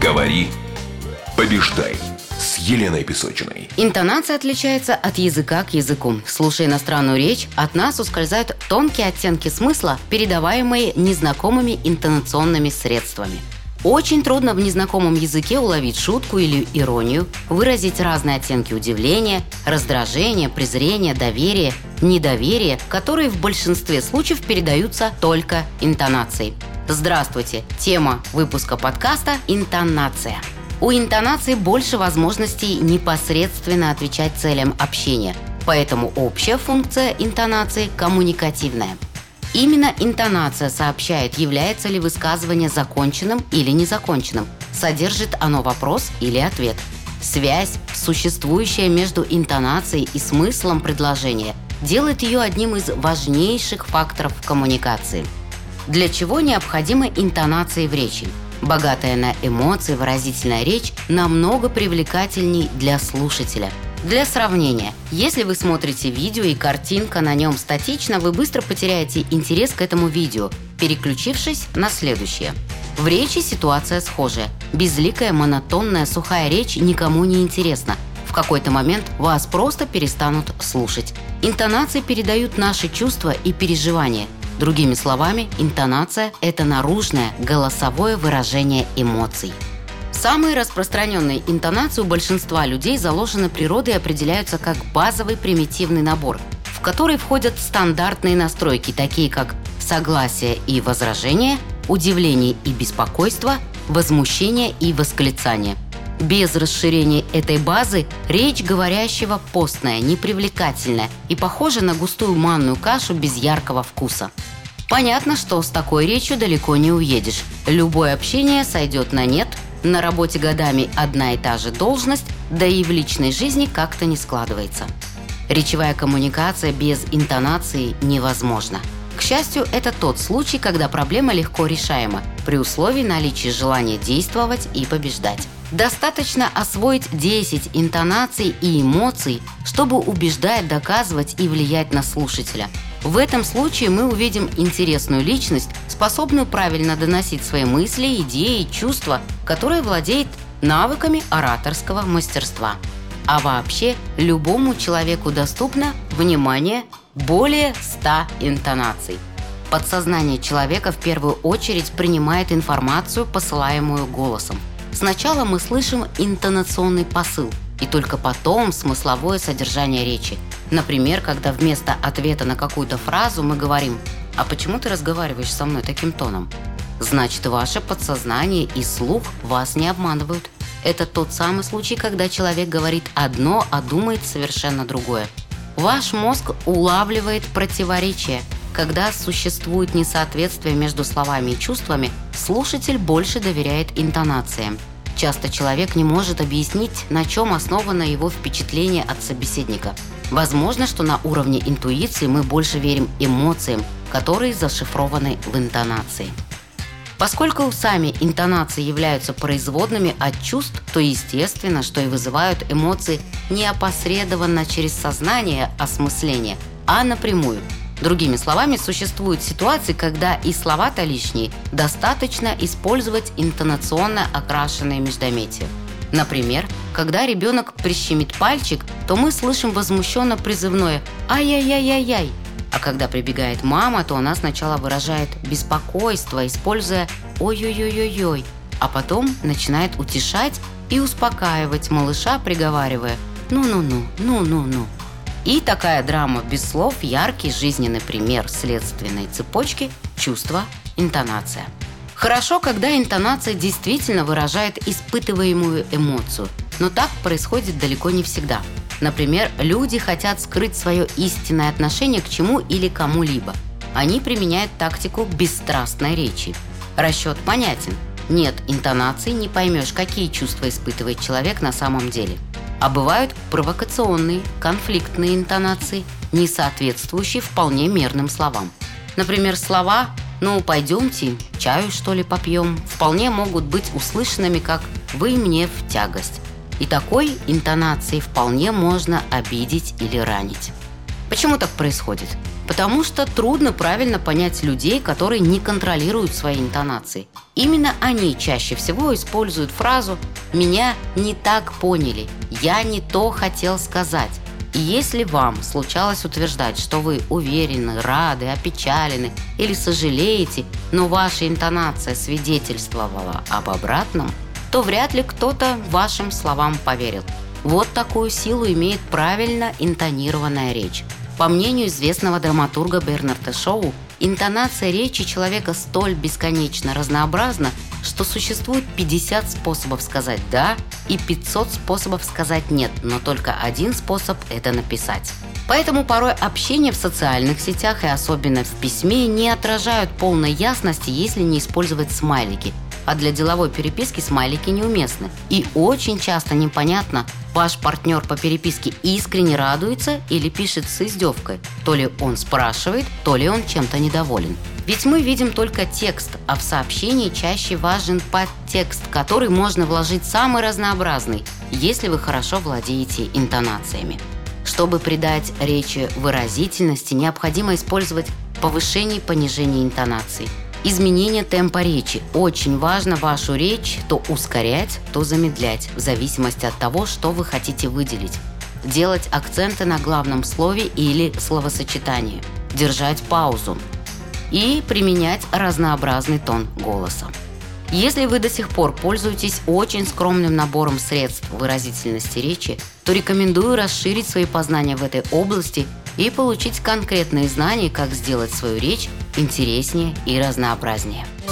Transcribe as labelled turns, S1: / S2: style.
S1: Говори, побеждай с Еленой Песочиной.
S2: Интонация отличается от языка к языку. Слушая иностранную речь, от нас ускользают тонкие оттенки смысла, передаваемые незнакомыми интонационными средствами. Очень трудно в незнакомом языке уловить шутку или иронию, выразить разные оттенки удивления, раздражения, презрения, доверия, недоверия, которые в большинстве случаев передаются только интонацией. Здравствуйте! Тема выпуска подкаста – интонация. У интонации больше возможностей непосредственно отвечать целям общения, поэтому общая функция интонации – коммуникативная. Именно интонация сообщает, является ли высказывание законченным или незаконченным, содержит оно вопрос или ответ. Связь, существующая между интонацией и смыслом предложения, делает ее одним из важнейших факторов коммуникации. Для чего необходимы интонации в речи? Богатая на эмоции выразительная речь намного привлекательней для слушателя. Для сравнения, если вы смотрите видео и картинка на нем статична, вы быстро потеряете интерес к этому видео, переключившись на следующее. В речи ситуация схожая. Безликая, монотонная, сухая речь никому не интересна. В какой-то момент вас просто перестанут слушать. Интонации передают наши чувства и переживания. Другими словами, интонация – это наружное, голосовое выражение эмоций. Самые распространенные интонации у большинства людей заложены природой и определяются как базовый примитивный набор, в который входят стандартные настройки, такие как согласие и возражение, удивление и беспокойство, возмущение и восклицание. Без расширения этой базы речь говорящего постная, непривлекательная и похожа на густую манную кашу без яркого вкуса. Понятно, что с такой речью далеко не уедешь. Любое общение сойдет на нет, на работе годами одна и та же должность, да и в личной жизни как-то не складывается. Речевая коммуникация без интонации невозможна. К счастью, это тот случай, когда проблема легко решаема, при условии наличия желания действовать и побеждать. Достаточно освоить 10 интонаций и эмоций, чтобы убеждать, доказывать и влиять на слушателя. В этом случае мы увидим интересную личность, способную правильно доносить свои мысли, идеи, чувства, которая владеет навыками ораторского мастерства. А вообще, любому человеку доступно, внимание, более 100 интонаций. Подсознание человека в первую очередь принимает информацию, посылаемую голосом. Сначала мы слышим интонационный посыл, и только потом смысловое содержание речи. Например, когда вместо ответа на какую-то фразу мы говорим: «А почему ты разговариваешь со мной таким тоном?» Значит, ваше подсознание и слух вас не обманывают. Это тот самый случай, когда человек говорит одно, а думает совершенно другое. Ваш мозг улавливает противоречия. Когда существует несоответствие между словами и чувствами, слушатель больше доверяет интонациям. Часто человек не может объяснить, на чем основано его впечатление от собеседника. Возможно, что на уровне интуиции мы больше верим эмоциям, которые зашифрованы в интонации. Поскольку сами интонации являются производными от чувств, то естественно, что и вызывают эмоции не опосредованно через сознание осмысления, а напрямую. Другими словами, существуют ситуации, когда и слова-то лишние, достаточно использовать интонационно окрашенные междометия. Например, когда ребенок прищемит пальчик, то мы слышим возмущенно призывное «ай-яй-яй-яй-яй». А когда прибегает мама, то она сначала выражает беспокойство, используя «ой-ой-ой-ой-ой», а потом начинает утешать и успокаивать малыша, приговаривая «ну-ну-ну, ну-ну-ну». И такая драма без слов – яркий жизненный пример следственной цепочки чувства, интонация. Хорошо, когда интонация действительно выражает испытываемую эмоцию, но так происходит далеко не всегда. Например, люди хотят скрыть свое истинное отношение к чему или кому-либо. Они применяют тактику бесстрастной речи. Расчет понятен. Нет интонации, не поймешь, какие чувства испытывает человек на самом деле. А бывают провокационные, конфликтные интонации, не соответствующие вполне мерным словам. Например, слова «ну, пойдемте, чаю, что ли, попьем» вполне могут быть услышанными как «вы мне в тягость». И такой интонацией вполне можно обидеть или ранить. Почему так происходит? Потому что трудно правильно понять людей, которые не контролируют свои интонации. Именно они чаще всего используют фразу «меня не так поняли», «я не то хотел сказать». И если вам случалось утверждать, что вы уверены, рады, опечалены или сожалеете, но ваша интонация свидетельствовала об обратном, то вряд ли кто-то вашим словам поверил. Вот такую силу имеет правильно интонированная речь. По мнению известного драматурга Бернарда Шоу, интонация речи человека столь бесконечно разнообразна, что существует 50 способов сказать «да» и 500 способов сказать «нет», но только один способ – это написать. Поэтому порой общение в социальных сетях и особенно в письме не отражают полной ясности, если не использовать смайлики. А для деловой переписки смайлики неуместны. И очень часто непонятно, ваш партнер по переписке искренне радуется или пишет с издевкой. То ли он спрашивает, то ли он чем-то недоволен. Ведь мы видим только текст, а в сообщении чаще важен подтекст, который можно вложить самый разнообразный, если вы хорошо владеете интонациями. Чтобы придать речи выразительности, необходимо использовать повышение и понижение интонаций. Изменение темпа речи. Очень важно вашу речь то ускорять, то замедлять, в зависимости от того, что вы хотите выделить. Делать акценты на главном слове или словосочетании. Держать паузу. И применять разнообразный тон голоса. Если вы до сих пор пользуетесь очень скромным набором средств выразительности речи, то рекомендую расширить свои познания в этой области и получить конкретные знания, как сделать свою речь интереснее и разнообразнее.